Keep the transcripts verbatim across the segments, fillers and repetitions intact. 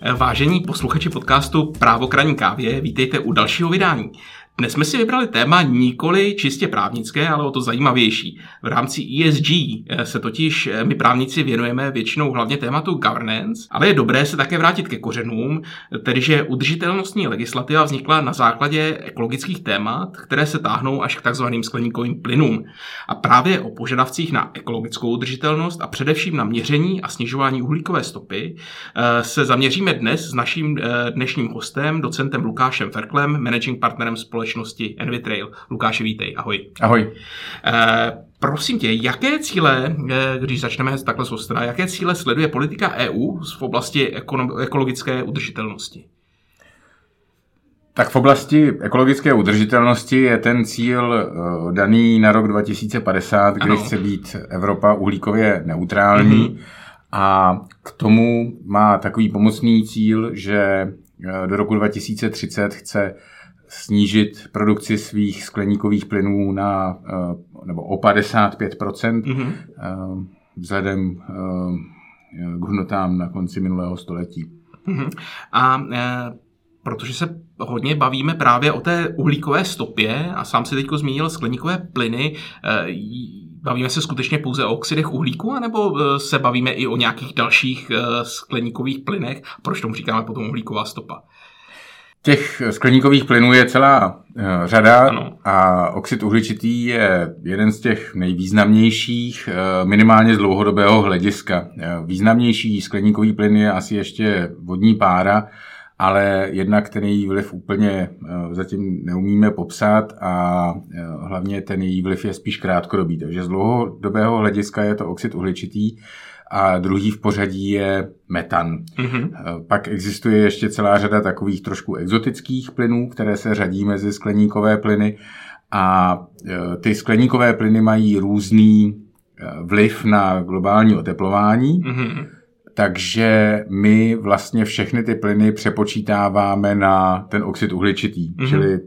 Vážení posluchači podcastu Právo k ranní kávě, vítejte u dalšího vydání. Dnes jsme si vybrali téma nikoli čistě právnické, ale o to zajímavější. V rámci E S G se totiž my právníci věnujeme většinou hlavně tématu governance, ale je dobré se také vrátit ke kořenům, tedy že udržitelnostní legislativa vznikla na základě ekologických témat, které se táhnou až k takzvaným skleníkovým plynům. A právě o požadavcích na ekologickou udržitelnost a především na měření a snižování uhlíkové stopy se zaměříme dnes s naším dnešním hostem, docentem Lukášem Ferklem, managing partnerem společnosti Envitrail. Lukáši, vítej, ahoj. Ahoj. E, prosím tě, jaké cíle, když začneme takhle z ostra, jaké cíle sleduje politika E U v oblasti ekologické udržitelnosti? Tak v oblasti ekologické udržitelnosti je ten cíl daný na rok dva tisíce padesát, kdy chce být Evropa uhlíkově neutrální. Mm-hmm. A k tomu má takový pomocný cíl, že do roku dva tisíce třicet chce snížit produkci svých skleníkových plynů na, nebo o padesát pět procent mm-hmm. vzhledem k hodnotám na konci minulého století. Mm-hmm. A e, protože se hodně bavíme právě o té uhlíkové stopě a sám si teďko zmínil skleníkové plyny, e, bavíme se skutečně pouze o oxidech uhlíku, anebo se bavíme i o nějakých dalších skleníkových plynech? Proč tomu říkáme potom uhlíková stopa? Těch skleníkových plynů je celá uh, řada ano. A oxid uhličitý je jeden z těch nejvýznamnějších, uh, minimálně z dlouhodobého hlediska. Uh, významnější skleníkový plyn je asi ještě vodní pára, ale jednak ten její vliv úplně uh, zatím neumíme popsat a uh, hlavně ten její vliv je spíš krátkodobý. Takže z dlouhodobého hlediska je to oxid uhličitý. A druhý v pořadí je metan. Mm-hmm. Pak existuje ještě celá řada takových trošku exotických plynů, které se řadí mezi skleníkové plyny. A ty skleníkové plyny mají různý vliv na globální oteplování. Mm-hmm. Takže my vlastně všechny ty plyny přepočítáváme na ten oxid uhličitý. Mm-hmm. Čili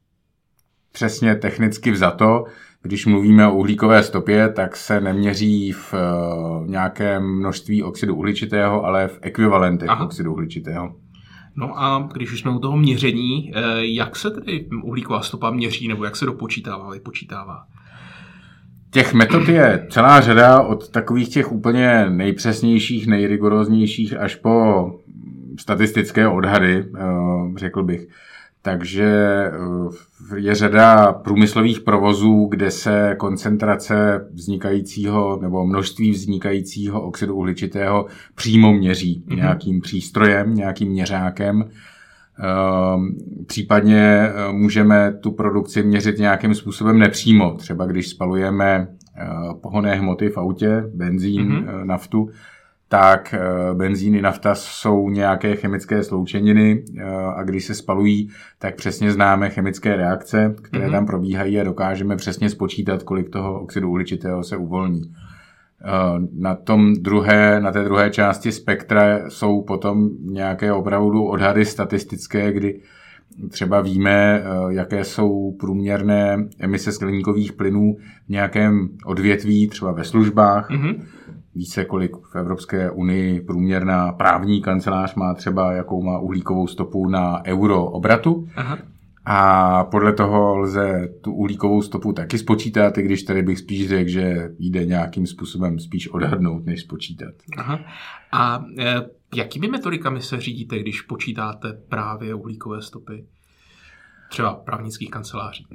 přesně technicky vzato, když mluvíme o uhlíkové stopě, tak se neměří v nějakém množství oxidu uhličitého, ale v ekvivalentech Aha. oxidu uhličitého. No a když už jsme u toho měření, jak se tedy uhlíková stopa měří, nebo jak se dopočítává, vypočítává? Těch metod je celá řada, od takových těch úplně nejpřesnějších, nejrigoróznějších až po statistické odhady, řekl bych. Takže je řada průmyslových provozů, kde se koncentrace vznikajícího nebo množství vznikajícího oxidu uhličitého přímo měří mm-hmm. nějakým přístrojem, nějakým měřákem. Případně můžeme tu produkci měřit nějakým způsobem nepřímo. Třeba když spalujeme pohonné hmoty v autě, benzín, mm-hmm. naftu, tak benzín i nafta jsou nějaké chemické sloučeniny a když se spalují, tak přesně známe chemické reakce, které mm-hmm. tam probíhají a dokážeme přesně spočítat, kolik toho oxidu uhličitého se uvolní. Na tom druhé, na té druhé části spektra jsou potom nějaké opravdu odhady statistické, kdy třeba víme, jaké jsou průměrné emise skleníkových plynů v nějakém odvětví, třeba ve službách. Mm-hmm. Ví se, kolik v Evropské unii průměrná právní kancelář má třeba, jakou má uhlíkovou stopu na euro obratu. Aha. A podle toho lze tu uhlíkovou stopu taky spočítat, i když tady bych spíš řekl, že jde nějakým způsobem spíš odhadnout, než spočítat. Aha. A e, jakými metodikami se řídíte, když počítáte právě uhlíkové stopy? Třeba právnických kanceláří.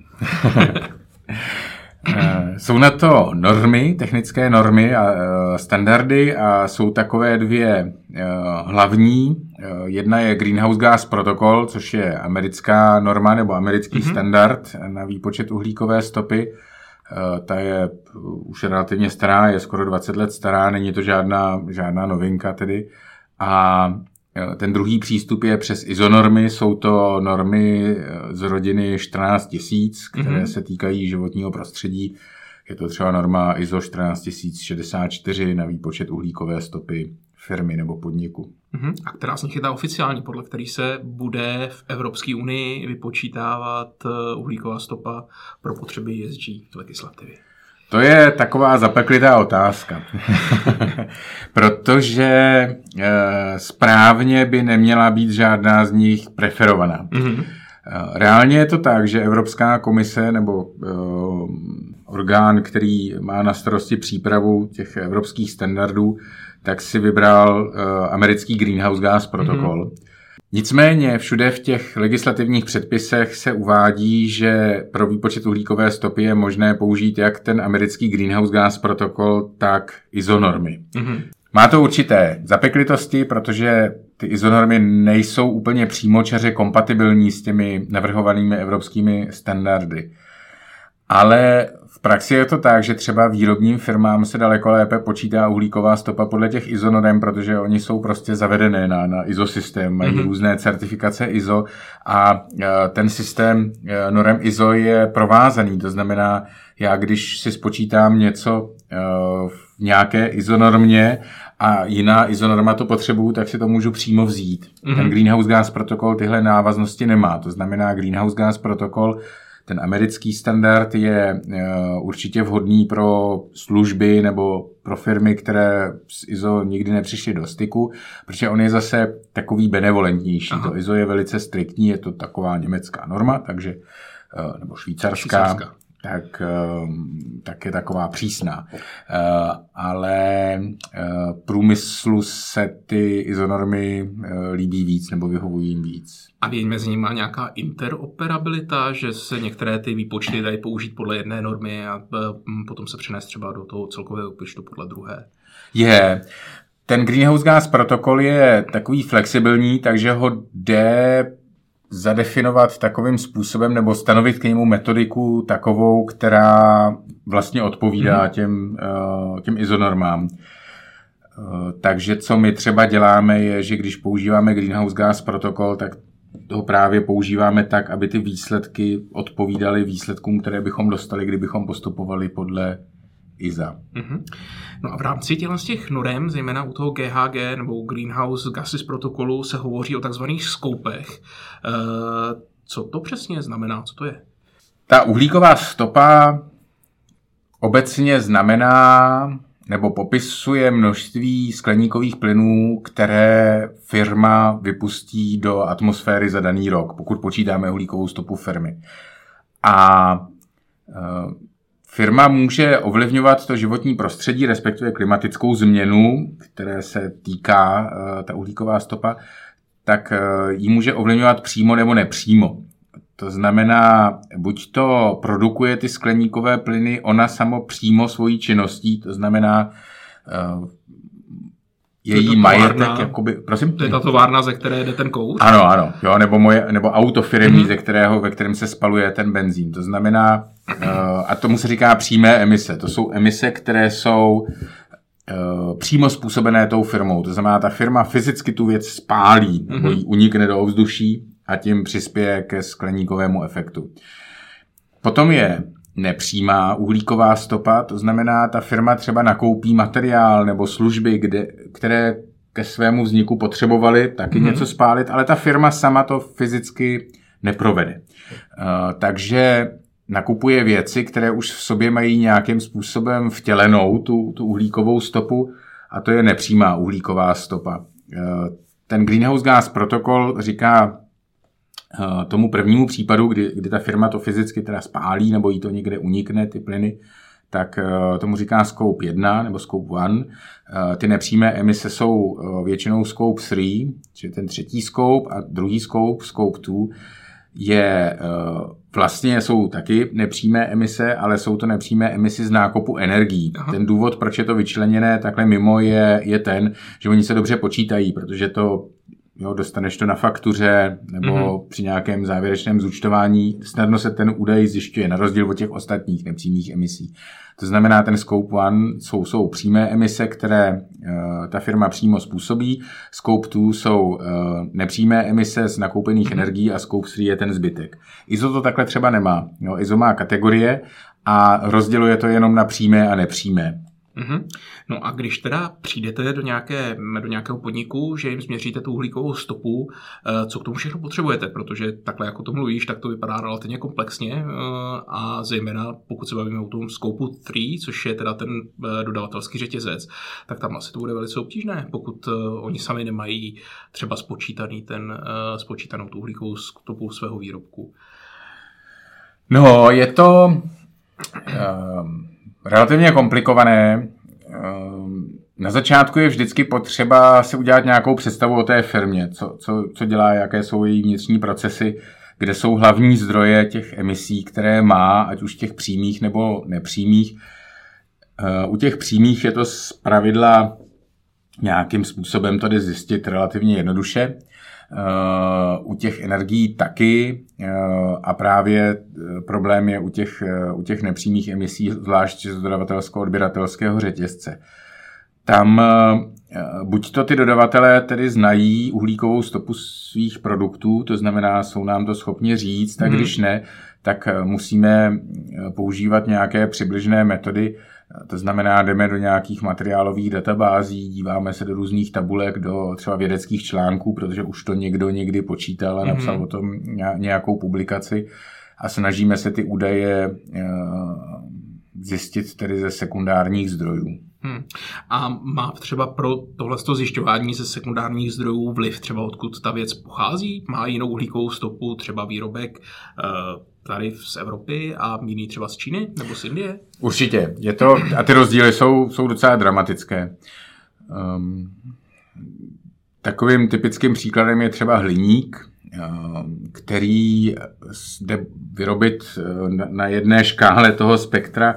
Jsou na to normy, technické normy a standardy a jsou takové dvě hlavní. Jedna je Greenhouse Gas Protocol, což je americká norma nebo americký mm-hmm. standard na výpočet uhlíkové stopy. Ta je už relativně stará, je skoro dvacet let stará, není to žádná, žádná novinka tedy. A ten druhý přístup je přes izonormy, jsou to normy z rodiny čtrnáct tisíc, které mm-hmm. se týkají životního prostředí. Je to třeba norma I S O čtrnáct tisíc šedesát čtyři na výpočet uhlíkové stopy firmy nebo podniku. Mm-hmm. A která z nich je ta oficiální, podle který se bude v Evropské unii vypočítávat uhlíková stopa pro potřeby E S G legislativy? To je taková zapeklitá otázka, protože e, správně by neměla být žádná z nich preferovaná. Mm-hmm. Reálně je to tak, že Evropská komise nebo e, orgán, který má na starosti přípravu těch evropských standardů, tak si vybral e, americký Greenhouse Gas protokol. Mm-hmm. Nicméně všude v těch legislativních předpisech se uvádí, že pro výpočet uhlíkové stopy je možné použít jak ten americký Greenhouse Gas protokol, tak izonormy. Mm-hmm. Má to určité zapeklitosti, protože ty izonormy nejsou úplně přímočaře kompatibilní s těmi navrhovanými evropskými standardy. Ale v praxi je to tak, že třeba výrobním firmám se daleko lépe počítá uhlíková stopa podle těch izonorem, protože oni jsou prostě zavedené na, na I S O systém, mají mm-hmm. různé certifikace I S O a ten systém norem I S O je provázaný. To znamená, já když si spočítám něco v nějaké izonormě a jiná izonorma to potřebuju, tak si to můžu přímo vzít. Mm-hmm. Ten Greenhouse Gas protokol tyhle návaznosti nemá. To znamená, Greenhouse Gas protokol, ten americký standard je určitě vhodný pro služby nebo pro firmy, které s I S O nikdy nepřišly do styku, protože on je zase takový benevolentnější. Aha. To I S O je velice striktní, je to taková německá norma, takže, nebo švýcarská. švýcarská. Tak, tak je taková přísná. Ale průmyslu se ty izonormy líbí víc nebo vyhovují jim víc. A je mezi nimi nějaká interoperabilita, že se některé ty výpočty dají použít podle jedné normy a potom se přenést třeba do toho celkového výpočtu podle druhé? Je. Ten Greenhouse Gas protokol je takový flexibilní, takže ho jde zadefinovat takovým způsobem nebo stanovit k němu metodiku takovou, která vlastně odpovídá mm. těm, těm izonormám. Takže co my třeba děláme je, že když používáme Greenhouse Gas protokol, tak ho právě používáme tak, aby ty výsledky odpovídaly výsledkům, které bychom dostali, kdybychom postupovali podle I S A. Mm-hmm. No a v rámci těchto z těch norem, zejména u toho G H G nebo Greenhouse Gases protokolu, se hovoří o takzvaných skoupech. E, co to přesně znamená? Co to je? Ta uhlíková stopa obecně znamená nebo popisuje množství skleníkových plynů, které firma vypustí do atmosféry za daný rok, pokud počítáme uhlíkovou stopu firmy. A e, firma může ovlivňovat to životní prostředí, respektive klimatickou změnu, které se týká uh, ta uhlíková stopa, tak uh, ji může ovlivňovat přímo nebo nepřímo. To znamená, buď to produkuje ty skleníkové plyny ona samo přímo svojí činností, to znamená uh, její majetek, jakoby, prosím? To je ta továrna, ze které jde ten kouř? Ano, ano, jo, nebo, moje, nebo auto firemní, mm-hmm. ze kterého, ve kterém se spaluje ten benzín. To znamená, uh, a tomu se říká přímé emise. To jsou emise, které jsou uh, přímo způsobené tou firmou. To znamená, ta firma fyzicky tu věc spálí, mm-hmm. nebo jí unikne do ovzduší a tím přispěje ke skleníkovému efektu. Potom je nepřímá uhlíková stopa, to znamená, ta firma třeba nakoupí materiál nebo služby, kde, které ke svému vzniku potřebovaly taky mm-hmm. něco spálit, ale ta firma sama to fyzicky neprovede. Uh, takže nakupuje věci, které už v sobě mají nějakým způsobem vtělenou tu, tu uhlíkovou stopu a to je nepřímá uhlíková stopa. Uh, ten Greenhouse Gas protokol říká tomu prvnímu případu, kdy, kdy ta firma to fyzicky teda spálí nebo jí to někde unikne, ty plyny, tak tomu říká scope jedna nebo scope one. Ty nepřímé emise jsou většinou scope tři, čili ten třetí scope a druhý scope, scope dva, je vlastně jsou taky nepřímé emise, ale jsou to nepřímé emise z nákupu energií. Aha. Ten důvod, proč je to vyčleněné takhle mimo, je, je ten, že oni se dobře počítají, protože to jo, dostaneš to na faktuře nebo mm-hmm. při nějakém závěrečném zúčtování, snadno se ten údaj zjišťuje, na rozdíl od těch ostatních nepřímých emisí. To znamená, ten scope one jsou, jsou přímé emise, které uh, ta firma přímo způsobí, scope two jsou uh, nepřímé emise z nakoupených mm-hmm. energií a scope three je ten zbytek. I S O to takhle třeba nemá. Jo, I S O má kategorie a rozděluje to jenom na přímé a nepřímé. Mm-hmm. No a když teda přijdete do, nějaké, do nějakého podniku, že jim změříte tu uhlíkovou stopu, co k tomu všechno potřebujete, protože takhle jako to mluvíš, tak to vypadá relativně komplexně a zejména pokud se bavíme o tom scope tři, což je teda ten dodavatelský řetězec, tak tam asi to bude velice obtížné, pokud oni sami nemají třeba spočítaný ten, spočítanou tu uhlíkovou stopu svého výrobku. No, je to um... relativně komplikované. Na začátku je vždycky potřeba si udělat nějakou představu o té firmě, co, co, co dělá, jaké jsou její vnitřní procesy, kde jsou hlavní zdroje těch emisí, které má, ať už těch přímých nebo nepřímých. U těch přímých je to zpravidla nějakým způsobem to jde zjistit relativně jednoduše. U těch energií taky a právě problém je u těch, u těch nepřímých emisí, zvlášť z dodavatelsko-odběratelského řetězce. Tam buď to ty dodavatelé tedy znají uhlíkovou stopu svých produktů, to znamená, jsou nám to schopni říct, tak když ne, tak musíme používat nějaké přibližné metody. To znamená, jdeme do nějakých materiálových databází, díváme se do různých tabulek, do třeba vědeckých článků, protože už to někdo někdy počítal a napsal mm-hmm. o tom nějakou publikaci a snažíme se ty údaje zjistit tedy ze sekundárních zdrojů. Hmm. A má třeba pro tohleto zjišťování ze sekundárních zdrojů vliv třeba odkud ta věc pochází? Má jinou uhlíkovou stopu třeba výrobek tady z Evropy a jiný třeba z Číny nebo z Indie? Určitě. Je to, a ty rozdíly jsou, jsou docela dramatické. Um, takovým typickým příkladem je třeba hliník, který jde vyrobit na jedné škále toho spektra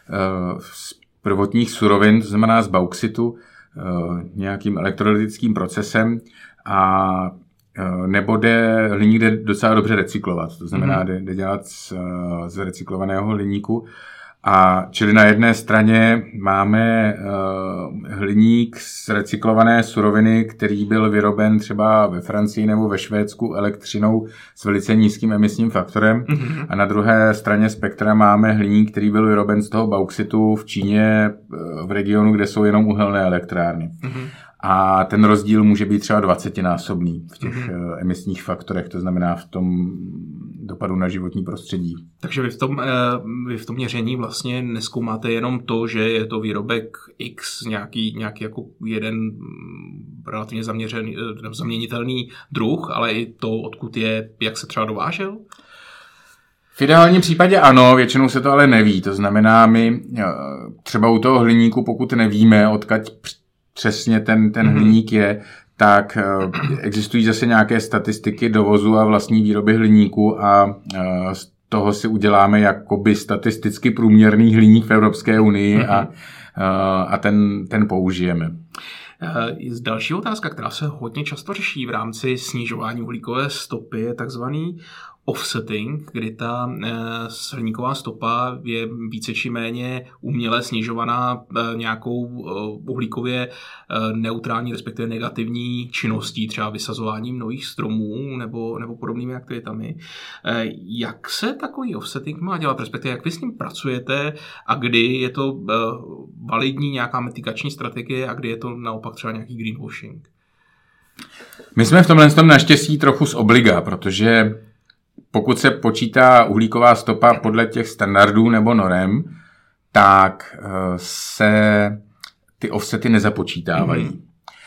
z prvotních surovin, to znamená z bauxitu, nějakým elektrolytickým procesem a nebo jde, hliník jde docela dobře recyklovat, to znamená, jde, jde dělat z, z recyklovaného hliníku. A čili na jedné straně máme uh, hliník z recyklované suroviny, který byl vyroben třeba ve Francii nebo ve Švédsku elektřinou s velice nízkým emisním faktorem. Mm-hmm. A na druhé straně spektra máme hliník, který byl vyroben z toho bauxitu v Číně, v regionu, kde jsou jenom uhelné elektrárny. Mm-hmm. A ten rozdíl může být třeba dvacetinásobný v těch mm-hmm. emisních faktorech, to znamená v tom dopadu na životní prostředí. Takže vy v tom, vy v tom měření vlastně nezkoumáte jenom to, že je to výrobek X, nějaký, nějaký jako jeden relativně zaměřený, zaměnitelný druh, ale i to, odkud je, jak se třeba dovážel? V ideálním případě ano, většinou se to ale neví. To znamená, my třeba u toho hliníku, pokud nevíme, odkud přesně ten, ten mm-hmm. hliník je, tak existují zase nějaké statistiky dovozu a vlastní výroby hliníku a z toho si uděláme jakoby statisticky průměrný hliník v Evropské unii mm-hmm. a, a ten, ten použijeme. Další otázka, která se hodně často řeší v rámci snižování uhlíkové stopy, je takzvaný offsetting, kdy ta hliníková stopa je více či méně uměle snižovaná nějakou uhlíkově neutrální, respektive negativní činností, třeba vysazováním nových stromů nebo, nebo podobnými aktivitami. Jak se takový offsetting má dělat, respektive jak vy s ním pracujete a kdy je to validní nějaká mitigační strategie a kdy je to naopak třeba nějaký greenwashing? My jsme v tomhle tom naštěstí trochu z obliga, protože pokud se počítá uhlíková stopa podle těch standardů nebo norem, tak se ty offsety nezapočítávají. Mm-hmm.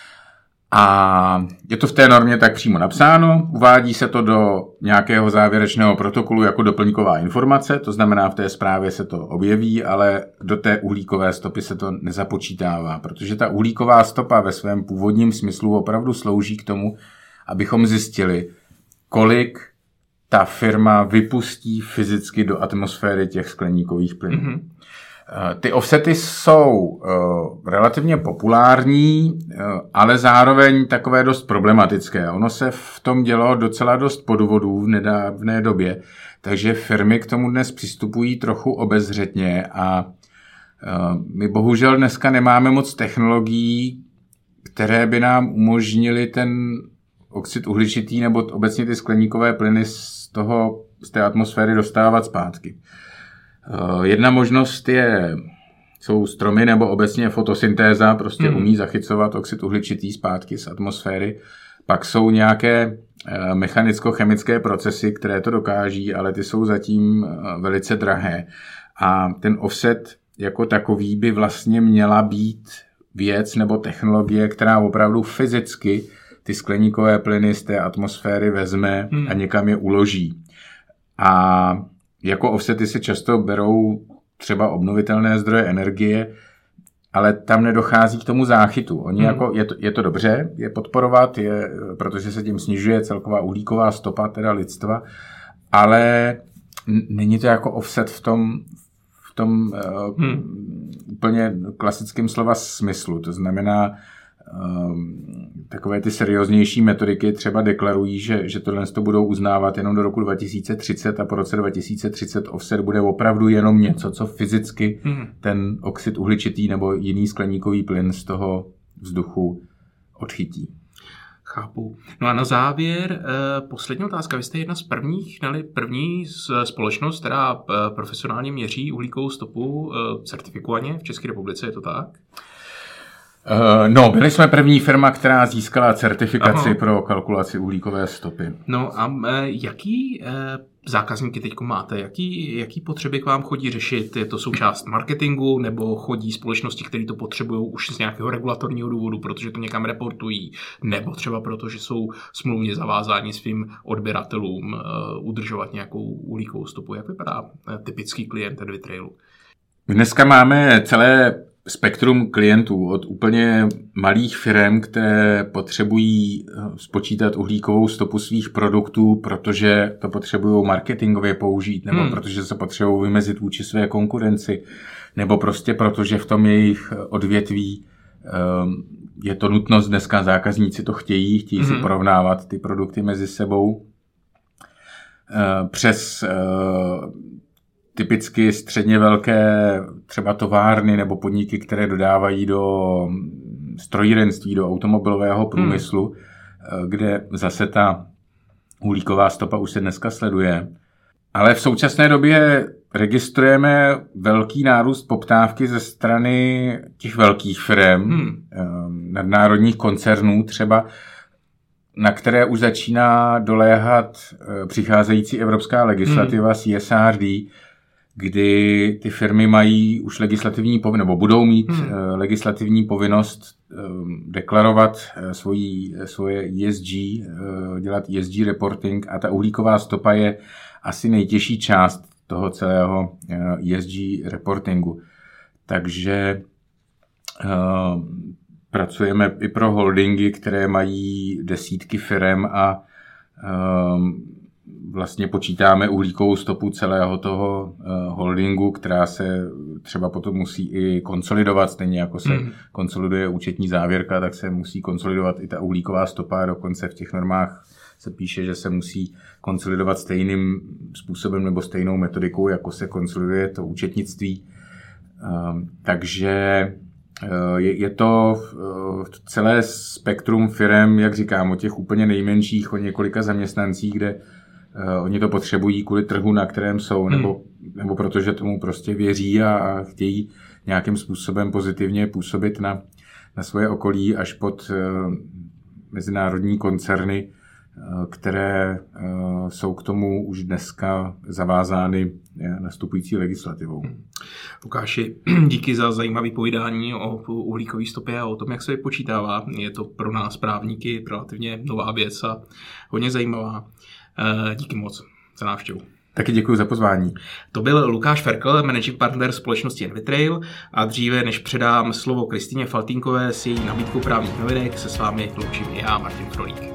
A je to v té normě tak přímo napsáno, uvádí se to do nějakého závěrečného protokolu jako doplňková informace, to znamená, v té zprávě se to objeví, ale do té uhlíkové stopy se to nezapočítává, protože ta uhlíková stopa ve svém původním smyslu opravdu slouží k tomu, abychom zjistili, kolik ta firma vypustí fyzicky do atmosféry těch skleníkových plynů. Mm-hmm. Ty offsety jsou uh, relativně populární, uh, ale zároveň takové dost problematické. Ono se v tom dělo docela dost podvodů v nedávné době, takže firmy k tomu dnes přistupují trochu obezřetně a uh, my bohužel dneska nemáme moc technologií, které by nám umožnily ten oxid uhličitý nebo obecně ty skleníkové plyny z toho, z té atmosféry dostávat zpátky. Jedna možnost je jsou stromy nebo obecně fotosyntéza, prostě hmm. umí zachycovat oxid uhličitý zpátky z atmosféry. Pak jsou nějaké mechanicko-chemické procesy, které to dokáží, ale ty jsou zatím velice drahé. A ten offset jako takový by vlastně měla být věc nebo technologie, která opravdu fyzicky ty skleníkové plyny z té atmosféry vezme hmm. a někam je uloží. A jako offsety se často berou třeba obnovitelné zdroje energie, ale tam nedochází k tomu záchytu. Oni hmm. jako, je, to, je to dobře, je podporovat, je, protože se tím snižuje celková uhlíková stopa teda lidstva, ale není to jako offset v tom, v tom hmm. uh, úplně klasickém slova smyslu. To znamená, um, takové ty serióznější metodiky třeba deklarují, že, že tohle to budou uznávat jenom do roku dva tisíce třicet a po roce dva tisíce třicet offset bude opravdu jenom něco, co fyzicky hmm. ten oxid uhličitý nebo jiný skleníkový plyn z toho vzduchu odchytí. Chápu. No a na závěr eh, poslední otázka. Vy jste jedna z prvních, ne, první společnost, která eh, profesionálně měří uhlíkovou stopu eh, certifikovaně v České republice, je to tak? No, byli jsme první firma, která získala certifikaci Aha. pro kalkulaci uhlíkové stopy. No a jaký zákazníky teď máte? Jaký, jaký potřeby k vám chodí řešit? Je to součást marketingu nebo chodí společnosti, které to potřebují už z nějakého regulatorního důvodu, protože to někam reportují, nebo třeba proto, že jsou smluvně zavázáni svým odběratelům udržovat nějakou uhlíkovou stopu? Jak vypadá typický klient Advitrailu? Dneska máme celé spektrum klientů od úplně malých firm, které potřebují spočítat uhlíkovou stopu svých produktů, protože to potřebují marketingově použít, nebo hmm. protože se potřebují vymezit vůči své konkurenci, nebo prostě protože v tom jejich odvětví um, je to nutnost, dneska zákazníci to chtějí, chtějí hmm. si porovnávat ty produkty mezi sebou. Uh, přes uh, typicky středně velké třeba továrny nebo podniky, které dodávají do strojírenství, do automobilového průmyslu, hmm. kde zase ta uhlíková stopa už se dneska sleduje. Ale v současné době registrujeme velký nárůst poptávky ze strany těch velkých firm, hmm. nadnárodních koncernů třeba, na které už začíná doléhat přicházející evropská legislativa hmm. C S R D, kdy ty firmy mají už legislativní povinnost, nebo budou mít hmm. legislativní povinnost deklarovat svoji, svoje E S G, dělat E S G reporting, a ta uhlíková stopa je asi nejtěžší část toho celého E S G reportingu. Takže uh, pracujeme i pro holdingy, které mají desítky firem a uh, vlastně počítáme uhlíkovou stopu celého toho uh, holdingu, která se třeba potom musí i konsolidovat, stejně jako se mm. konsoliduje účetní závěrka, tak se musí konsolidovat i ta uhlíková stopa, dokonce v těch normách se píše, že se musí konsolidovat stejným způsobem nebo stejnou metodikou, jako se konsoliduje to účetnictví. Uh, takže uh, je, je to uh, celé spektrum firem, jak říkám, od těch úplně nejmenších, o několika zaměstnancích, kde Uh, oni to potřebují kvůli trhu, na kterém jsou, hmm. nebo, nebo protože tomu prostě věří a, a chtějí nějakým způsobem pozitivně působit na, na svoje okolí, až pod uh, mezinárodní koncerny, uh, které uh, jsou k tomu už dneska zavázány uh, nastupující legislativou. Hmm. Lukáši, díky za zajímavé povídání o uhlíkové stopě a o tom, jak se vypočítává. Je to pro nás právníky relativně nová věc a hodně zajímavá. Díky moc za návštěvu. Taky děkuji za pozvání. To byl Lukáš Ferkl, managing partner společnosti Advitrail, a dříve než předám slovo Kristýně Faltýnkové s její nabídkou právních novinek, se s vámi loučím já, Martin Frolík.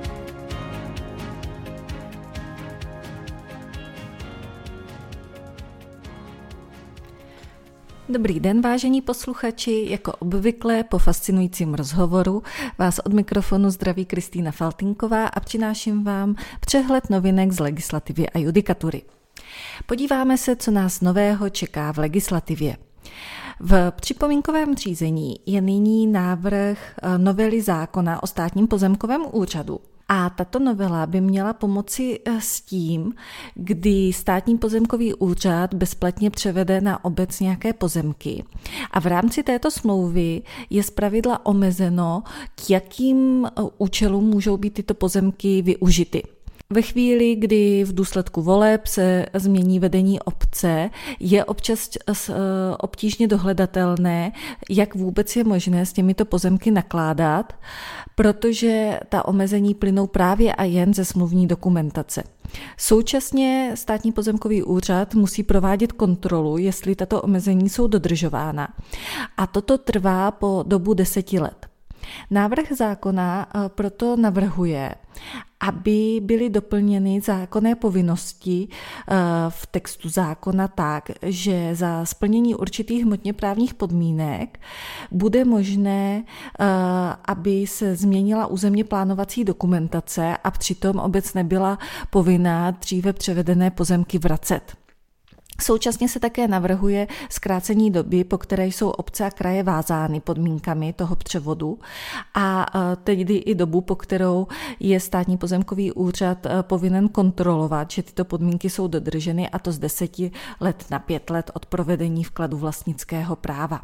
Dobrý den, vážení posluchači, jako obvykle po fascinujícím rozhovoru vás od mikrofonu zdraví Kristýna Faltýnková a přináším vám přehled novinek z legislativy a judikatury. Podíváme se, co nás nového čeká v legislativě. V připomínkovém řízení je nyní návrh novely zákona o státním pozemkovém úřadu. A tato novela by měla pomoci s tím, kdy Státní pozemkový úřad bezplatně převede na obec nějaké pozemky. A v rámci této smlouvy je zpravidla omezeno, k jakým účelům můžou být tyto pozemky využity. Ve chvíli, kdy v důsledku voleb se změní vedení obce, je občas obtížně dohledatelné, jak vůbec je možné s těmito pozemky nakládat, protože ta omezení plynou právě a jen ze smluvní dokumentace. Současně Státní pozemkový úřad musí provádět kontrolu, jestli tato omezení jsou dodržována. A toto trvá po dobu deseti let. Návrh zákona proto navrhuje, aby byly doplněny zákonné povinnosti v textu zákona tak, že za splnění určitých hmotně právních podmínek bude možné, aby se změnila územně plánovací dokumentace a přitom obec nebyla povinná dříve převedené pozemky vracet. Současně se také navrhuje zkrácení doby, po které jsou obce a kraje vázány podmínkami toho převodu, a tedy i dobu, po kterou je Státní pozemkový úřad povinen kontrolovat, že tyto podmínky jsou dodrženy, a to z deseti let na pět let od provedení vkladu vlastnického práva.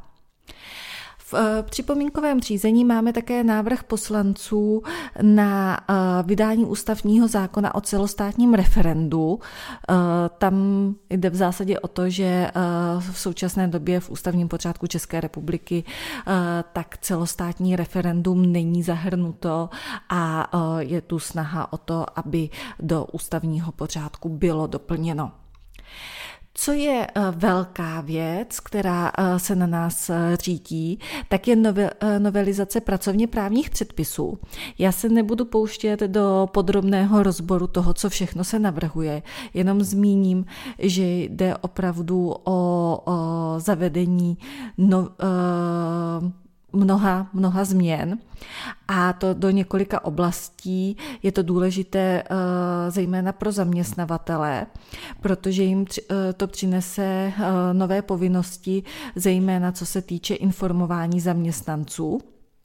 V připomínkovém řízení máme také návrh poslanců na vydání ústavního zákona o celostátním referendu. Tam jde v zásadě o to, že v současné době v ústavním pořádku České republiky tak celostátní referendum není zahrnuto a je tu snaha o to, aby do ústavního pořádku bylo doplněno. Co je velká věc, která se na nás řítí, tak je novelizace pracovně právních předpisů. Já se nebudu pouštět do podrobného rozboru toho, co všechno se navrhuje, jenom zmíním, že jde opravdu o, o zavedení no, mnoha, mnoha změn, a to do několika oblastí. Je to důležité zejména pro zaměstnavatele, protože jim to přinese nové povinnosti, zejména co se týče informování zaměstnanců.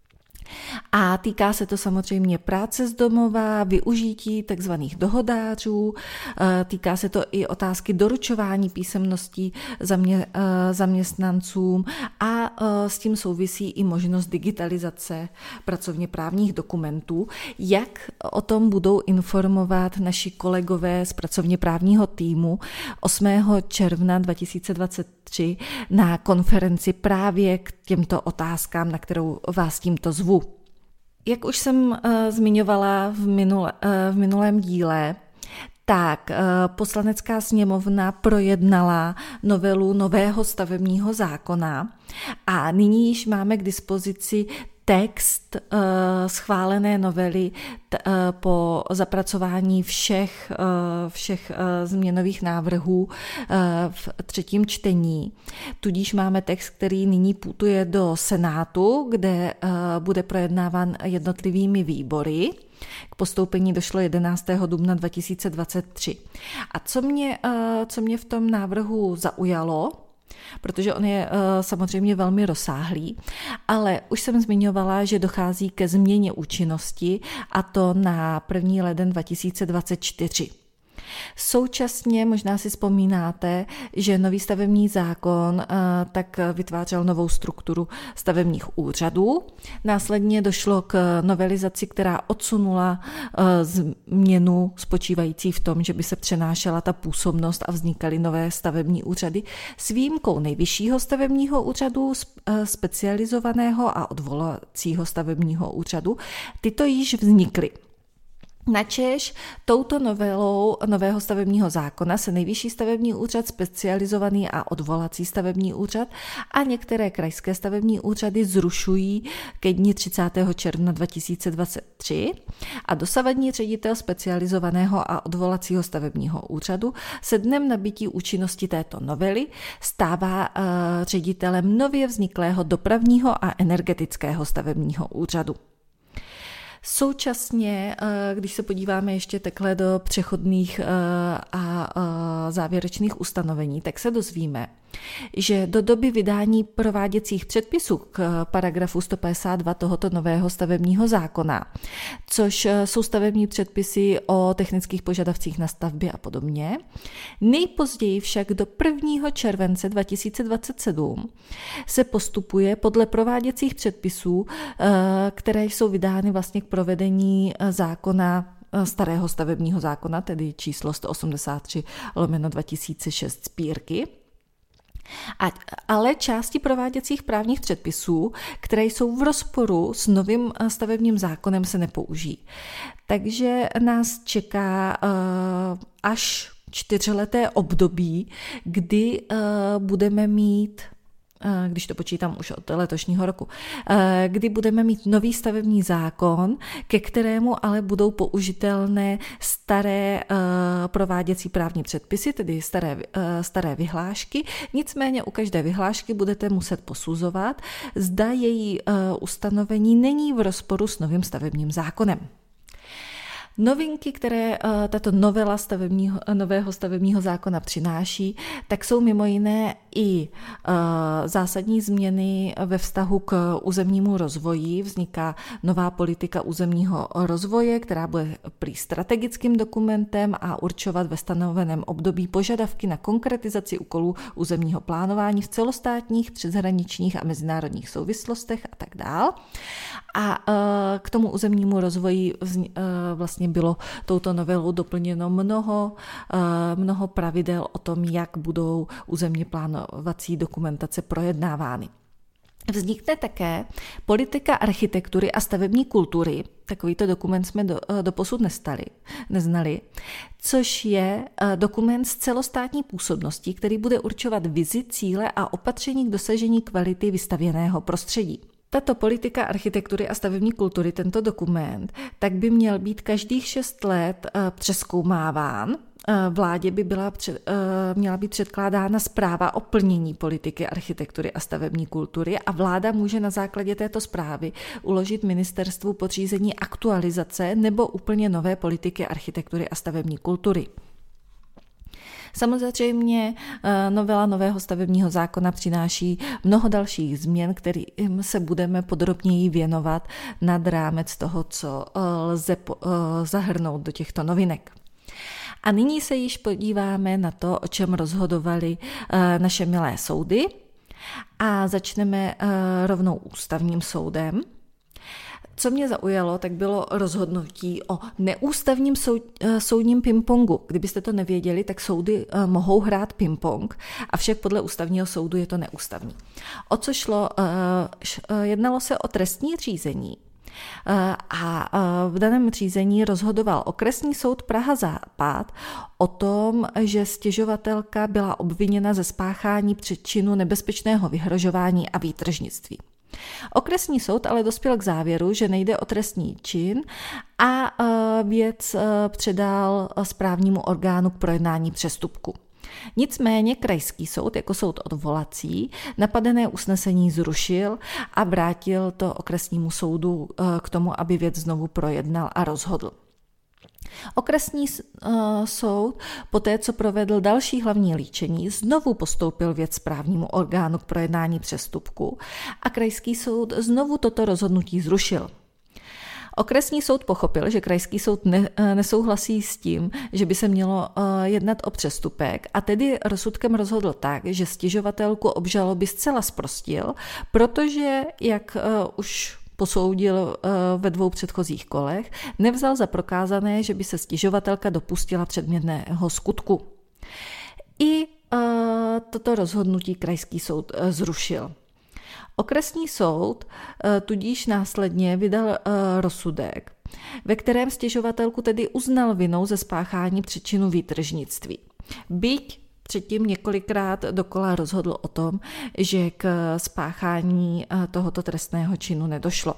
A týká se to samozřejmě práce z domova, využití takzvaných dohodářů, týká se to i otázky doručování písemností zamě, zaměstnancům a s tím souvisí i možnost digitalizace pracovně právních dokumentů. Jak o tom budou informovat naši kolegové z pracovně právního týmu osmého června dva tisíce dvacet tři na konferenci právě k těmto otázkám, na kterou vás tímto zvu. Jak už jsem uh, zmiňovala v, minule, uh, v minulém díle, tak uh, Poslanecká sněmovna projednala novelu nového stavebního zákona a nyní již máme k dispozici text uh, schválené novely t, uh, po zapracování všech, uh, všech uh, změnových návrhů uh, v třetím čtení. Tudíž máme text, který nyní putuje do Senátu, kde uh, bude projednáván jednotlivými výbory. K postoupení došlo jedenáctého dubna dva tisíce dvacet tři. A co mě, uh, co mě v tom návrhu zaujalo, protože on je uh, samozřejmě velmi rozsáhlý, ale už jsem zmiňovala, že dochází ke změně účinnosti, a to na první leden dva tisíce dvacet čtyři. Současně možná si vzpomínáte, že nový stavební zákon uh, tak vytvářel novou strukturu stavebních úřadů. Následně došlo k novelizaci, která odsunula uh, změnu spočívající v tom, že by se přenášela ta působnost a vznikaly nové stavební úřady s výjimkou Nejvyššího stavebního úřadu, specializovaného a odvolacího stavebního úřadu. Tyto již vznikly. Načež touto novelou nového stavebního zákona se Nejvyšší stavební úřad, specializovaný a odvolací stavební úřad a některé krajské stavební úřady zrušují ke dni třicátého června dva tisíce dvacet tři a dosavadní ředitel specializovaného a odvolacího stavebního úřadu se dnem nabytí účinnosti této novely stává uh, ředitelem nově vzniklého dopravního a energetického stavebního úřadu. Současně, když se podíváme ještě takhle do přechodných a závěrečných ustanovení, tak se dozvíme, že do doby vydání prováděcích předpisů k paragrafu sto padesát dva tohoto nového stavebního zákona, což jsou stavební předpisy o technických požadavcích na stavbě a podobně, nejpozději však do prvního července dva tisíce dvacet sedm se postupuje podle prováděcích předpisů, které jsou vydány vlastně k provedení zákona starého stavebního zákona, tedy číslo sto osmdesát tři lomeno dva tisíce šest Sbírky. A, ale části prováděcích právních předpisů, které jsou v rozporu s novým stavebním zákonem, se nepoužijí. Takže nás čeká uh, až čtyřleté období, kdy uh, budeme mít, když to počítám už od letošního roku, kdy budeme mít nový stavební zákon, ke kterému ale budou použitelné staré prováděcí právní předpisy, tedy staré, staré vyhlášky. Nicméně u každé vyhlášky budete muset posuzovat, zda její ustanovení není v rozporu s novým stavebním zákonem. Novinky, které tato novela stavebního, nového stavebního zákona přináší, tak jsou mimo jiné i zásadní změny ve vztahu k územnímu rozvoji. Vzniká nová politika územního rozvoje, která bude prý strategickým dokumentem a určovat ve stanoveném období požadavky na konkretizaci úkolů územního plánování v celostátních, přeshraničních a mezinárodních souvislostech a tak dál. A k tomu územnímu rozvoji vlastně bylo touto novelou doplněno mnoho, mnoho pravidel o tom, jak budou územně plánovací dokumentace projednávány. Vznikne také politika architektury a stavební kultury, takovýto dokument jsme do, doposud nestali, neznali, což je dokument s celostátní působností, který bude určovat vizi, cíle a opatření k dosažení kvality vystavěného prostředí. Tato politika architektury a stavební kultury, tento dokument, tak by měl být každých šest let přezkoumáván. Vládě by byla před, měla být předkládána zpráva o plnění politiky architektury a stavební kultury a vláda může na základě této zprávy uložit ministerstvu podřízení aktualizace nebo úplně nové politiky architektury a stavební kultury. Samozřejmě novela nového stavebního zákona přináší mnoho dalších změn, kterým se budeme podrobněji věnovat nad rámec toho, co lze zahrnout do těchto novinek. A nyní se již podíváme na to, o čem rozhodovaly naše milé soudy a začneme rovnou ústavním soudem. Co mě zaujalo, tak bylo rozhodnutí o neústavním soud, soudním pingpongu. Kdybyste to nevěděli, tak soudy mohou hrát pingpong, avšak podle ústavního soudu je to neústavní. O co šlo? Jednalo se o trestní řízení. A v daném řízení rozhodoval okresní soud Praha Západ o tom, že stěžovatelka byla obviněna ze spáchání přečinu nebezpečného vyhrožování a výtržnictví. Okresní soud ale dospěl k závěru, že nejde o trestný čin a věc předal správnímu orgánu k projednání přestupku. Nicméně krajský soud jako soud odvolací napadené usnesení zrušil a vrátil to okresnímu soudu k tomu, aby věc znovu projednal a rozhodl. Okresní uh, soud poté, co provedl další hlavní líčení, znovu postoupil věc správnímu orgánu k projednání přestupku a krajský soud znovu toto rozhodnutí zrušil. Okresní soud pochopil, že krajský soud ne, nesouhlasí s tím, že by se mělo uh, jednat o přestupek a tedy rozsudkem rozhodl tak, že stěžovatelku obžaloby zcela zprostil, protože, jak uh, už posoudil ve dvou předchozích kolech, nevzal za prokázané, že by se stěžovatelka dopustila předmětného skutku. I uh, toto rozhodnutí krajský soud uh, zrušil. Okresní soud uh, tudíž následně vydal uh, rozsudek, ve kterém stěžovatelku tedy uznal vinou ze spáchání přečinu výtržnictví. Byť předtím několikrát dokola rozhodl o tom, že k spáchání tohoto trestného činu nedošlo.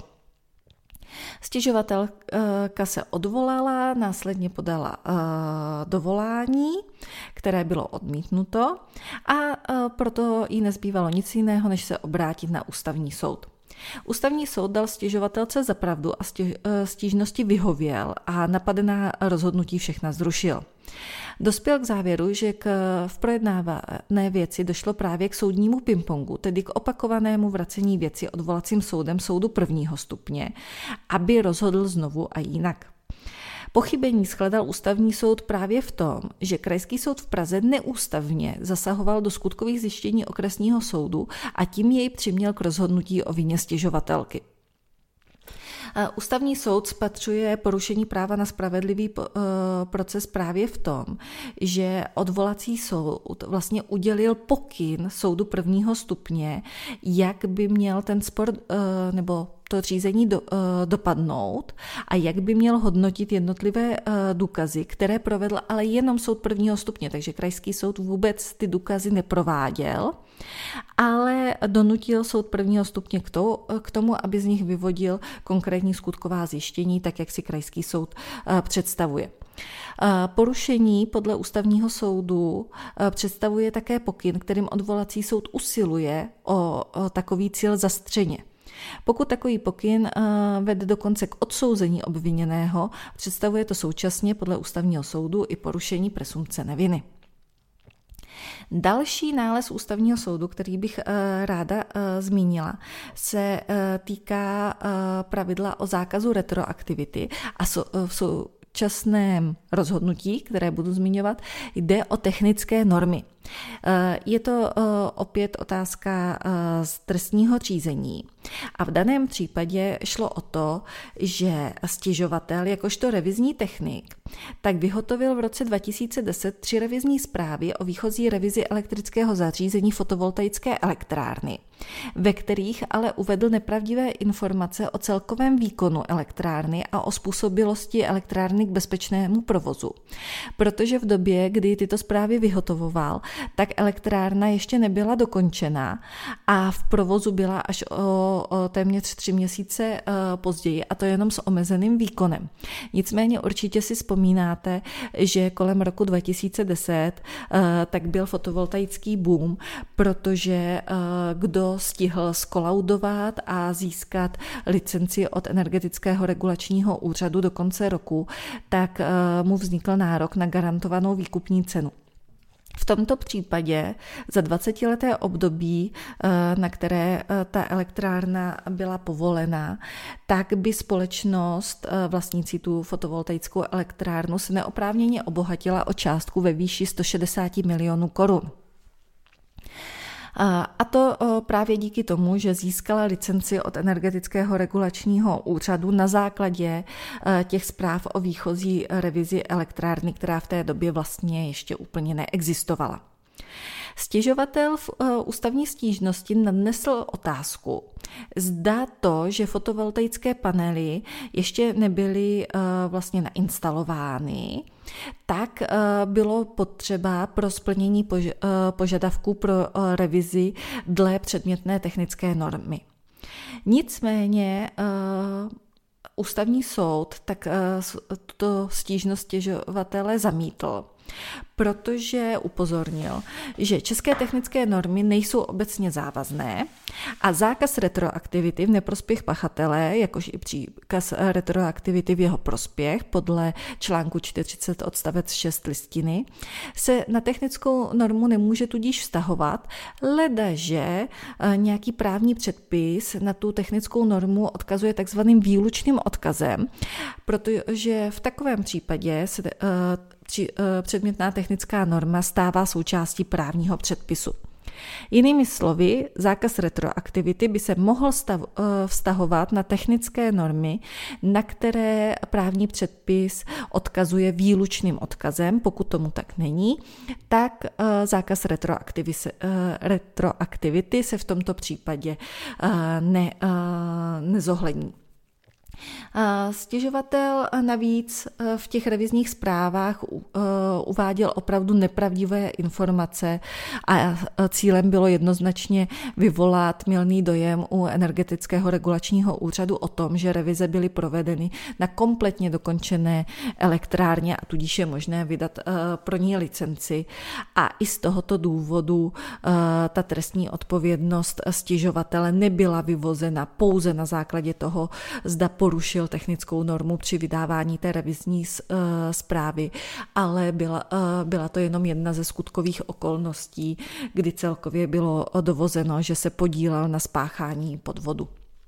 Stěžovatelka se odvolala, následně podala dovolání, které bylo odmítnuto a proto jí nezbývalo nic jiného, než se obrátit na ústavní soud. Ústavní soud dal stěžovatelce za pravdu a stížnosti vyhověl a napadená rozhodnutí všechna zrušil. Dospěl k závěru, že k v projednávané věci došlo právě k soudnímu pingpongu, tedy k opakovanému vracení věci odvolacím soudem soudu prvního stupně, aby rozhodl znovu a jinak. Pochybení shledal ústavní soud právě v tom, že Krajský soud v Praze neústavně zasahoval do skutkových zjištění okresního soudu a tím jej přiměl k rozhodnutí o vině stěžovatelky. Ústavní soud spatřuje porušení práva na spravedlivý proces právě v tom, že odvolací soud vlastně udělil pokyn soudu prvního stupně, jak by měl ten spor nebo to řízení do, dopadnout a jak by měl hodnotit jednotlivé důkazy, které provedl ale jenom soud prvního stupně, takže Krajský soud vůbec ty důkazy neprováděl, ale donutil soud prvního stupně k, to, k tomu, aby z nich vyvodil konkrétní skutková zjištění, tak jak si Krajský soud představuje. Porušení podle ústavního soudu představuje také pokyn, kterým odvolací soud usiluje o, o takový cíl zastřeně. Pokud takový pokyn vede dokonce k odsouzení obviněného, představuje to současně podle ústavního soudu i porušení presumpce neviny. Další nález ústavního soudu, který bych ráda zmínila, se týká pravidla o zákazu retroaktivity a v současném rozhodnutí, které budu zmiňovat, jde o technické normy. Je to opět otázka z trestního řízení a v daném případě šlo o to, že stěžovatel jakožto revizní technik tak vyhotovil v roce dva tisíce deset tři revizní zprávy o výchozí revizi elektrického zařízení fotovoltaické elektrárny, ve kterých ale uvedl nepravdivé informace o celkovém výkonu elektrárny a o způsobilosti elektrárny k bezpečnému provozu. Protože v době, kdy tyto zprávy vyhotovoval, tak elektrárna ještě nebyla dokončena a v provozu byla až o, o téměř tři měsíce uh, později, a to jenom s omezeným výkonem. Nicméně určitě si vzpomínáte, že kolem roku dva tisíce deset uh, tak byl fotovoltaický boom, protože uh, kdo stihl skolaudovat a získat licenci od Energetického regulačního úřadu do konce roku, tak uh, mu vznikl nárok na garantovanou výkupní cenu. V tomto případě za dvacetileté období, na které ta elektrárna byla povolena, tak by společnost vlastnící tu fotovoltaickou elektrárnu se neoprávněně obohatila o částku ve výši sto šedesát milionů korun. A to právě díky tomu, že získala licenci od Energetického regulačního úřadu na základě těch zpráv o výchozí revizi elektrárny, která v té době vlastně ještě úplně neexistovala. Stěžovatel v ústavní stížnosti nadnesl otázku, zda to, že fotovoltaické panely ještě nebyly vlastně nainstalovány, tak bylo potřeba pro splnění požadavků pro revizi dle předmětné technické normy. Nicméně ústavní soud tak tuto stížnost stěžovatele zamítl, protože upozornil, že české technické normy nejsou obecně závazné a zákaz retroaktivity v neprospěch pachatele, jakož i příkaz retroaktivity v jeho prospěch podle článku čtyřicet odstavec šest listiny, se na technickou normu nemůže tudíž vztahovat, ledaže nějaký právní předpis na tu technickou normu odkazuje takzvaným výlučným odkazem, protože v takovém případě se předmětná technická norma stává součástí právního předpisu. Jinými slovy, zákaz retroaktivity by se mohl stav, vztahovat na technické normy, na které právní předpis odkazuje výlučným odkazem. Pokud tomu tak není, tak zákaz retroaktivity se v tomto případě ne, nezohlední. Stěžovatel navíc v těch revizních zprávách uváděl opravdu nepravdivé informace a cílem bylo jednoznačně vyvolat mylný dojem u Energetického regulačního úřadu o tom, že revize byly provedeny na kompletně dokončené elektrárně a tudíž je možné vydat pro ní licenci. A i z tohoto důvodu ta trestní odpovědnost stěžovatele nebyla vyvozena pouze na základě toho, zda porušil technickou normu při vydávání té revizní zprávy, ale byla, byla to jenom jedna ze skutkových okolností, kdy celkově bylo dovozeno, že se podílel na spáchání podvodu.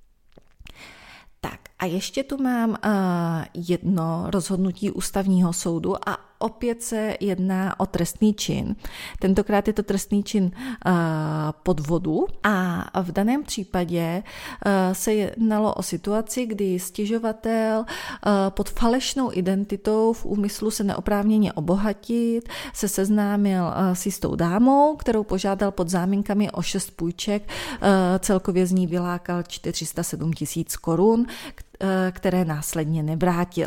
Tak a ještě tu mám uh, jedno rozhodnutí ústavního soudu a opět se jedná o trestný čin. Tentokrát je to trestný čin uh, podvodu a v daném případě uh, se jednalo o situaci, kdy stěžovatel uh, pod falešnou identitou v úmyslu se neoprávněně obohatit se seznámil uh, s jistou dámou, kterou požádal pod záminkami o šest půjček, uh, celkově z ní vylákal čtyři sta sedm tisíc korun, které následně nevrátil.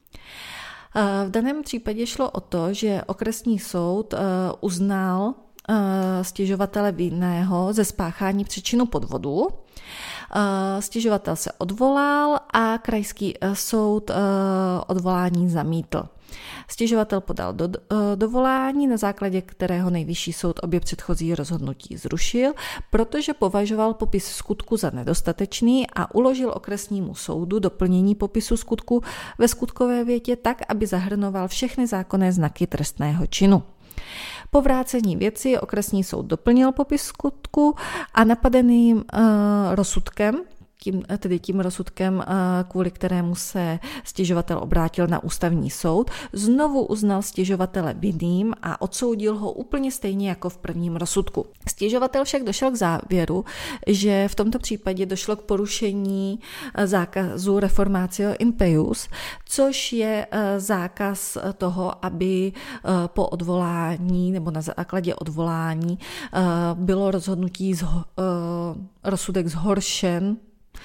V daném případě šlo o to, že okresní soud uznal stěžovatele vinného ze spáchání přečinu podvodu. Stěžovatel se odvolal a krajský soud odvolání zamítl. Stěžovatel podal do, dovolání, na základě kterého nejvyšší soud obě předchozí rozhodnutí zrušil, protože považoval popis skutku za nedostatečný a uložil okresnímu soudu doplnění popisu skutku ve skutkové větě tak, aby zahrnoval všechny zákonné znaky trestného činu. Po vrácení věci okresní soud doplnil popis skutku a napadeným uh, rozsudkem, tím, tedy tím rozsudkem, kvůli kterému se stěžovatel obrátil na ústavní soud, znovu uznal stěžovatele vinným a odsoudil ho úplně stejně jako v prvním rozsudku. Stěžovatel však došel k závěru, že v tomto případě došlo k porušení zákazu reformatio in peius, což je zákaz toho, aby po odvolání nebo na základě odvolání bylo rozhodnutí, rozsudek zhoršen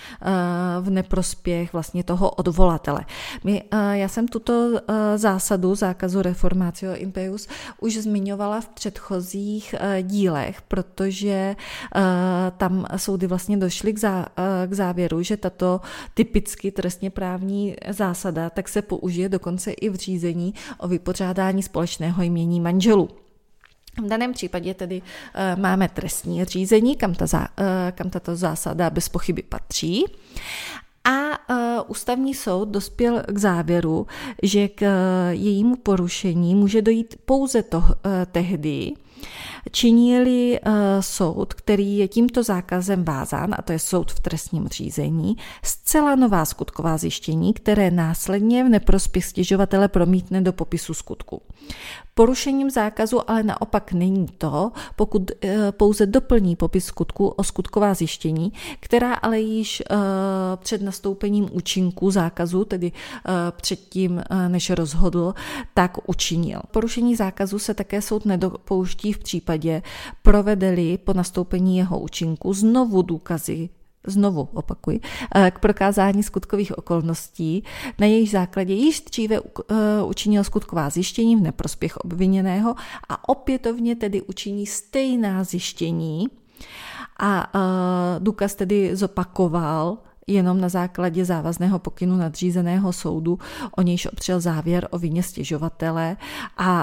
v neprospěch vlastně toho odvolatele. My, já jsem tuto zásadu zákazu reformatio in peius už zmiňovala v předchozích dílech, protože tam soudy vlastně došly k, zá, k závěru, že tato typicky trestně právní zásada tak se použije dokonce i v řízení o vypořádání společného jmění manželů. V daném případě tedy uh, máme trestní řízení, kam, ta zá, uh, kam tato zásada bez pochyby patří. A uh, ústavní soud dospěl k závěru, že k uh, jejímu porušení může dojít pouze to, uh, tehdy, činí-li uh, soud, který je tímto zákazem vázán, a to je soud v trestním řízení, zcela nová skutková zjištění, které následně v neprospěch stěžovatele promítne do popisu skutku. Porušením zákazu ale naopak není to, pokud uh, pouze doplní popis skutku o skutková zjištění, která ale již uh, před nastoupením účinku zákazu, tedy uh, předtím, uh, než rozhodl, tak učinil. Porušení zákazu se také soud nedopouští v případě, provede-li po nastoupení jeho účinku znovu důkazy, znovu opakuji, k prokázání skutkových okolností, na jejich základě již dříve učinil skutková zjištění v neprospěch obviněného a opětovně tedy učiní stejná zjištění a důkaz tedy zopakoval jenom na základě závazného pokynu nadřízeného soudu, o nějž opřel závěr o vině stěžovatele a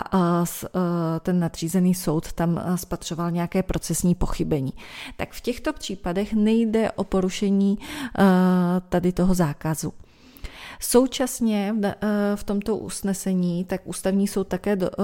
ten nadřízený soud tam spatřoval nějaké procesní pochybení. Tak v těchto případech nejde o porušení tady toho zákazu. Současně v tomto usnesení tak ústavní soud také do, uh,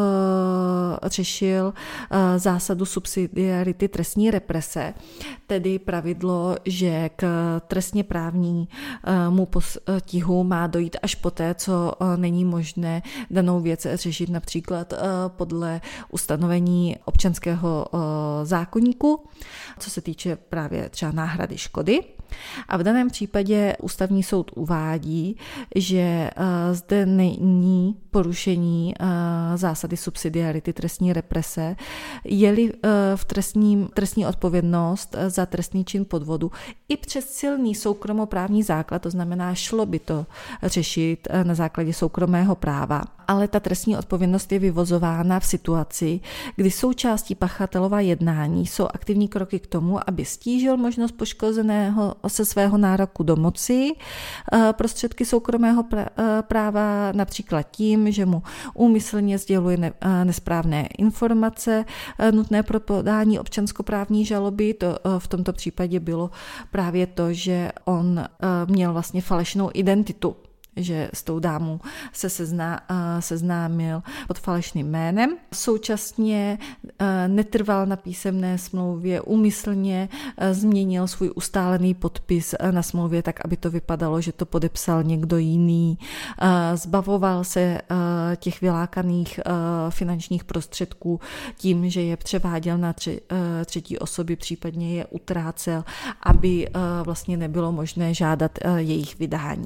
řešil uh, zásadu subsidiarity trestní represe, tedy pravidlo, že k trestně právnímu postihu má dojít až poté, co uh, není možné danou věc řešit například uh, podle ustanovení občanského uh, zákoníku, co se týče právě třeba náhrady škody. A v daném případě ústavní soud uvádí, že zde není porušení zásady subsidiarity trestní represe, je-li v trestním, trestní odpovědnost za trestný čin podvodu i přes silný soukromoprávní základ, to znamená, šlo by to řešit na základě soukromého práva, ale ta trestní odpovědnost je vyvozována v situaci, kdy součástí pachatelova jednání jsou aktivní kroky k tomu, aby stížil možnost poškozeného se svého nároku domoci prostředky soukromého práva, například tím, že mu úmyslně sděluje nesprávné informace nutné pro podání občanskoprávní žaloby. To v tomto případě bylo právě to, že on měl vlastně falešnou identitu, že s tou dámou se sezná, seznámil pod falešným jménem. Současně netrval na písemné smlouvě, úmyslně změnil svůj ustálený podpis na smlouvě tak, aby to vypadalo, že to podepsal někdo jiný. Zbavoval se těch vylákaných finančních prostředků tím, že je převáděl na třetí osoby, případně je utrácel, aby vlastně nebylo možné žádat jejich vydání.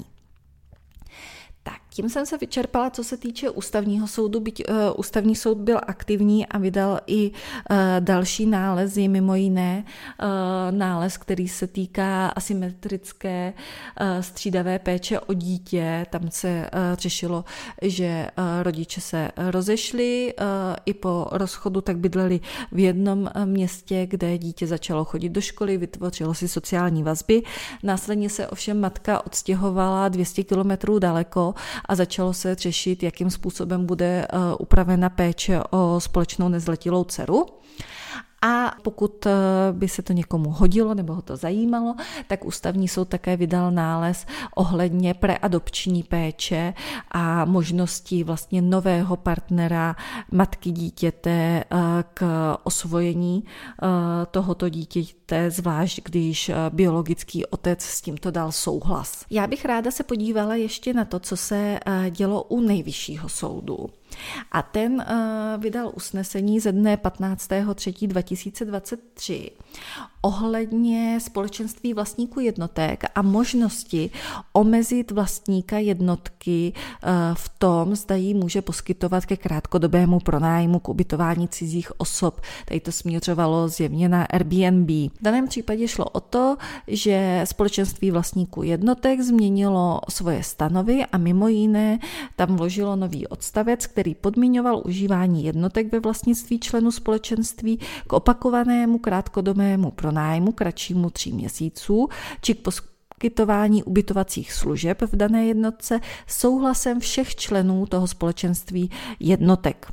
Tak, tím jsem se vyčerpala, co se týče ústavního soudu, byť uh, ústavní soud byl aktivní a vydal i uh, další nálezy, mimo jiné uh, nález, který se týká asymetrické uh, střídavé péče o dítě. Tam se uh, řešilo, že uh, rodiče se rozešli, uh, i po rozchodu tak bydleli v jednom městě, kde dítě začalo chodit do školy, vytvořilo si sociální vazby. Následně se ovšem matka odstěhovala dvě stě kilometrů daleko a začalo se řešit, jakým způsobem bude upravena péče o společnou nezletilou dceru. A pokud by se to někomu hodilo nebo ho to zajímalo, tak ústavní soud také vydal nález ohledně preadopční péče a možnosti vlastně nového partnera matky dítěte k osvojení tohoto dítěte, zvlášť když biologický otec s tímto dal souhlas. Já bych ráda se podívala ještě na to, co se dělo u Nejvyššího soudu. A ten uh, vydal usnesení ze dne patnáctého třetího dva tisíce dvacet tři ohledně společenství vlastníků jednotek a možnosti omezit vlastníka jednotky uh, v tom, zda ji může poskytovat ke krátkodobému pronájmu k ubytování cizích osob. Tady to směřovalo zjevně na Airbnb. V daném případě šlo o to, že společenství vlastníků jednotek změnilo svoje stanovy a mimo jiné tam vložilo nový odstavec, který podmiňoval užívání jednotek ve vlastnictví členů společenství k opakovanému krátkodobému pronájmu kratšímu tří měsíců či k poskytování ubytovacích služeb v dané jednotce souhlasem všech členů toho společenství jednotek.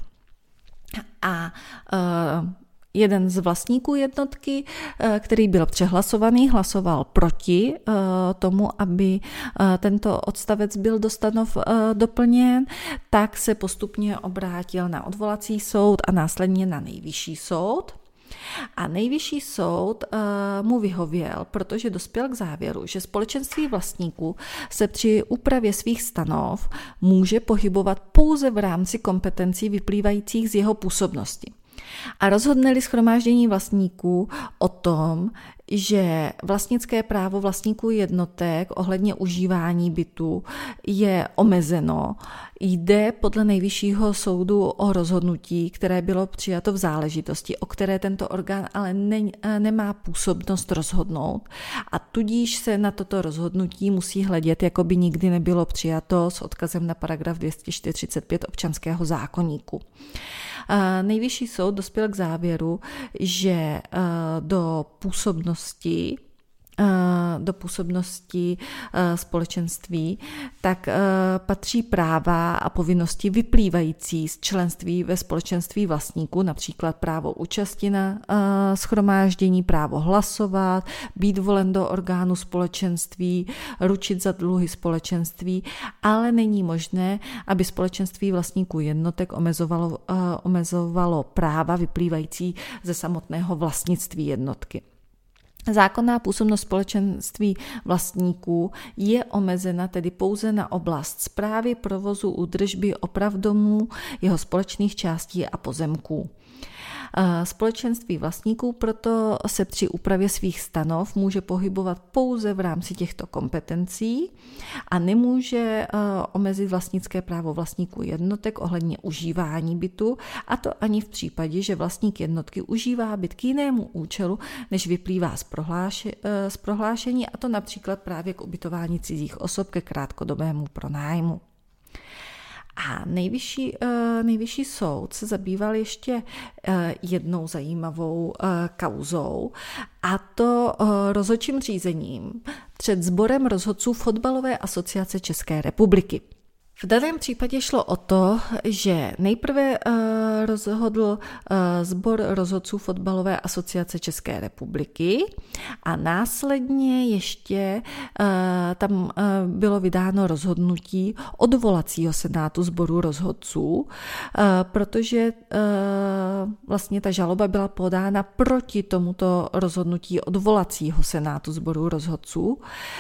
A uh, jeden z vlastníků jednotky, který byl přehlasovaný, hlasoval proti tomu, aby tento odstavec byl do stanov doplněn, tak se postupně obrátil na odvolací soud a následně na Nejvyšší soud. A Nejvyšší soud uh, mu vyhověl, protože dospěl k závěru, že společenství vlastníků se při úpravě svých stanov může pohybovat pouze v rámci kompetencí vyplývajících z jeho působnosti. A rozhodne-li shromáždění vlastníků o tom, že vlastnické právo vlastníků jednotek ohledně užívání bytu je omezeno, jde podle Nejvyššího soudu o rozhodnutí, které bylo přijato v záležitosti, o které tento orgán ale ne, nemá působnost rozhodnout a tudíž se na toto rozhodnutí musí hledět, jako by nikdy nebylo přijato s odkazem na paragraf dvě stě čtyřicet pět občanského zákoníku. Nejvyšší soud dospěl k závěru, že do působnosti do působnosti společenství, tak patří práva a povinnosti vyplývající z členství ve společenství vlastníků, například právo účasti na shromáždění, právo hlasovat, být volen do orgánu společenství, ručit za dluhy společenství, ale není možné, aby společenství vlastníků jednotek omezovalo, omezovalo práva vyplývající ze samotného vlastnictví jednotky. Zákonná působnost společenství vlastníků je omezena tedy pouze na oblast správy, provozu, údržby, oprav domů, jeho společných částí a pozemků. Společenství vlastníků proto se při úpravě svých stanov může pohybovat pouze v rámci těchto kompetencí a nemůže omezit vlastnické právo vlastníků jednotek ohledně užívání bytu, a to ani v případě, že vlastník jednotky užívá byt k jinému účelu, než vyplývá z, prohláše, z prohlášení, a to například právě k ubytování cizích osob ke krátkodobému pronájmu. A nejvyšší, nejvyšší soud se zabýval ještě jednou zajímavou kauzou, a to rozhodčím řízením před sborem rozhodců Fotbalové asociace České republiky. V daném případě šlo o to, že nejprve uh, rozhodl uh, sbor rozhodců Fotbalové asociace České republiky a následně ještě uh, tam uh, bylo vydáno rozhodnutí odvolacího senátu sboru rozhodců, uh, protože uh, vlastně ta žaloba byla podána proti tomuto rozhodnutí odvolacího senátu sboru rozhodců, uh,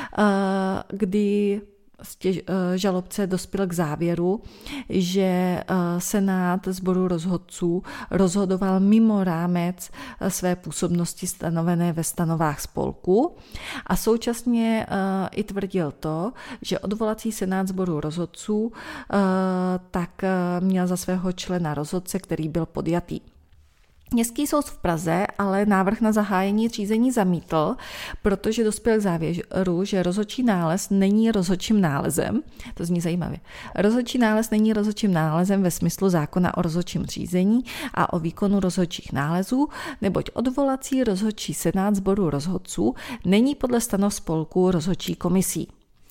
kdy Stěž, žalobce dospěl k závěru, že senát sboru rozhodců rozhodoval mimo rámec své působnosti stanovené ve stanovách spolku a současně i tvrdil to, že odvolací senát sboru rozhodců tak měl za svého člena rozhodce, který byl podjatý. Městský soud v Praze ale návrh na zahájení řízení zamítl, protože dospěl k závěru, že rozhodčí nález není rozhodčím nálezem. To zní zajímavě. Rozhodčí nález není rozhodčím nálezem ve smyslu zákona o rozhodčím řízení a o výkonu rozhodčích nálezů, neboť odvolací rozhodčí senát sboru rozhodců není podle stanov spolku rozhodčí komisí.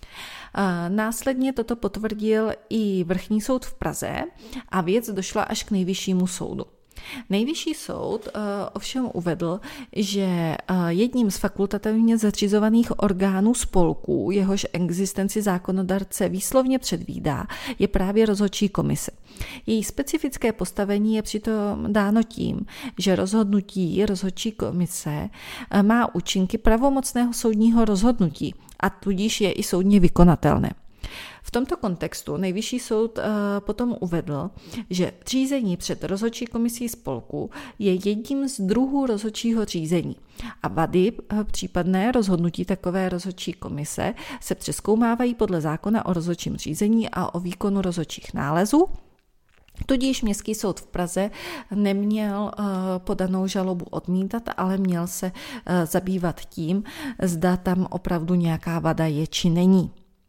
Následně toto potvrdil i Vrchní soud v Praze a věc došla až k Nejvyššímu soudu. Nejvyšší soud uh, ovšem uvedl, že uh, jedním z fakultativně zřizovaných orgánů spolků, jehož existenci zákonodárce výslovně předvídá, je právě rozhodčí komise. Její specifické postavení je přitom dáno tím, že rozhodnutí rozhodčí komise uh, má účinky pravomocného soudního rozhodnutí a tudíž je i soudně vykonatelné. V tomto kontextu Nejvyšší soud uh, potom uvedl, že řízení před rozhodčí komisí spolku je jedním z druhů rozhodčího řízení a vady uh, případné rozhodnutí takové rozhodčí komise se přezkoumávají podle zákona o rozhodčím řízení a o výkonu rozhodčích nálezů. Tudíž Městský soud v Praze neměl uh, podanou žalobu odmítat, ale měl se uh, zabývat tím, zda tam opravdu nějaká vada je či není.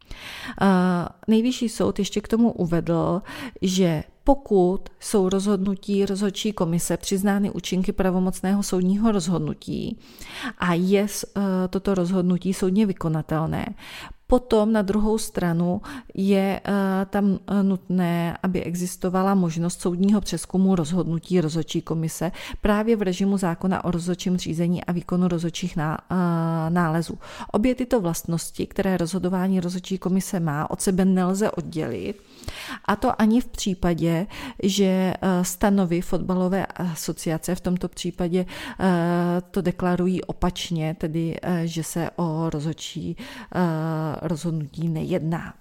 Nejvyšší soud ještě k tomu uvedl, že pokud jsou rozhodnutí rozhodčí komise přiznány účinky pravomocného soudního rozhodnutí a je toto rozhodnutí soudně vykonatelné, potom na druhou stranu je uh, tam nutné, aby existovala možnost soudního přezkumu rozhodnutí rozhodčí komise právě v režimu zákona o rozhodčím řízení a výkonu rozhodčích ná, uh, nálezů. Obě tyto vlastnosti, které rozhodování rozhodčí komise má, od sebe nelze oddělit, a to ani v případě, že uh, stanovy Fotbalové asociace v tomto případě uh, to deklarují opačně, tedy uh, že se o rozhodčí uh, rozhodnutí nejedná.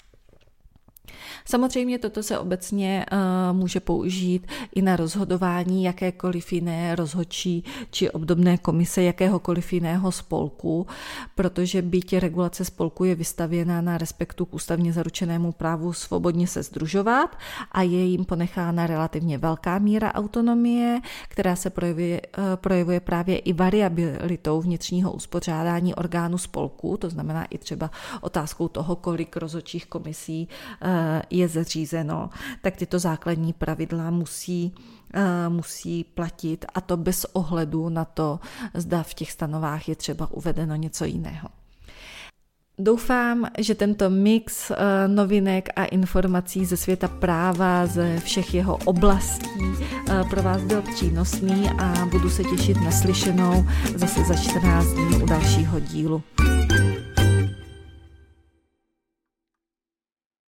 Samozřejmě toto se obecně uh, může použít i na rozhodování jakékoliv jiné rozhodčí či obdobné komise jakéhokoliv jiného spolku, protože byť regulace spolku je vystavěna na respektu k ústavně zaručenému právu svobodně se sdružovat a je jim ponechána relativně velká míra autonomie, která se projevuje, uh, projevuje právě i variabilitou vnitřního uspořádání orgánů spolku, to znamená i třeba otázkou toho, kolik rozhodčích komisí uh, je zřízeno, tak tyto základní pravidla musí, uh, musí platit, a to bez ohledu na to, zda v těch stanovách je třeba uvedeno něco jiného. Doufám, že tento mix uh, novinek a informací ze světa práva, ze všech jeho oblastí uh, pro vás byl přínosný a budu se těšit na slyšenou zase za čtrnáct dní u dalšího dílu.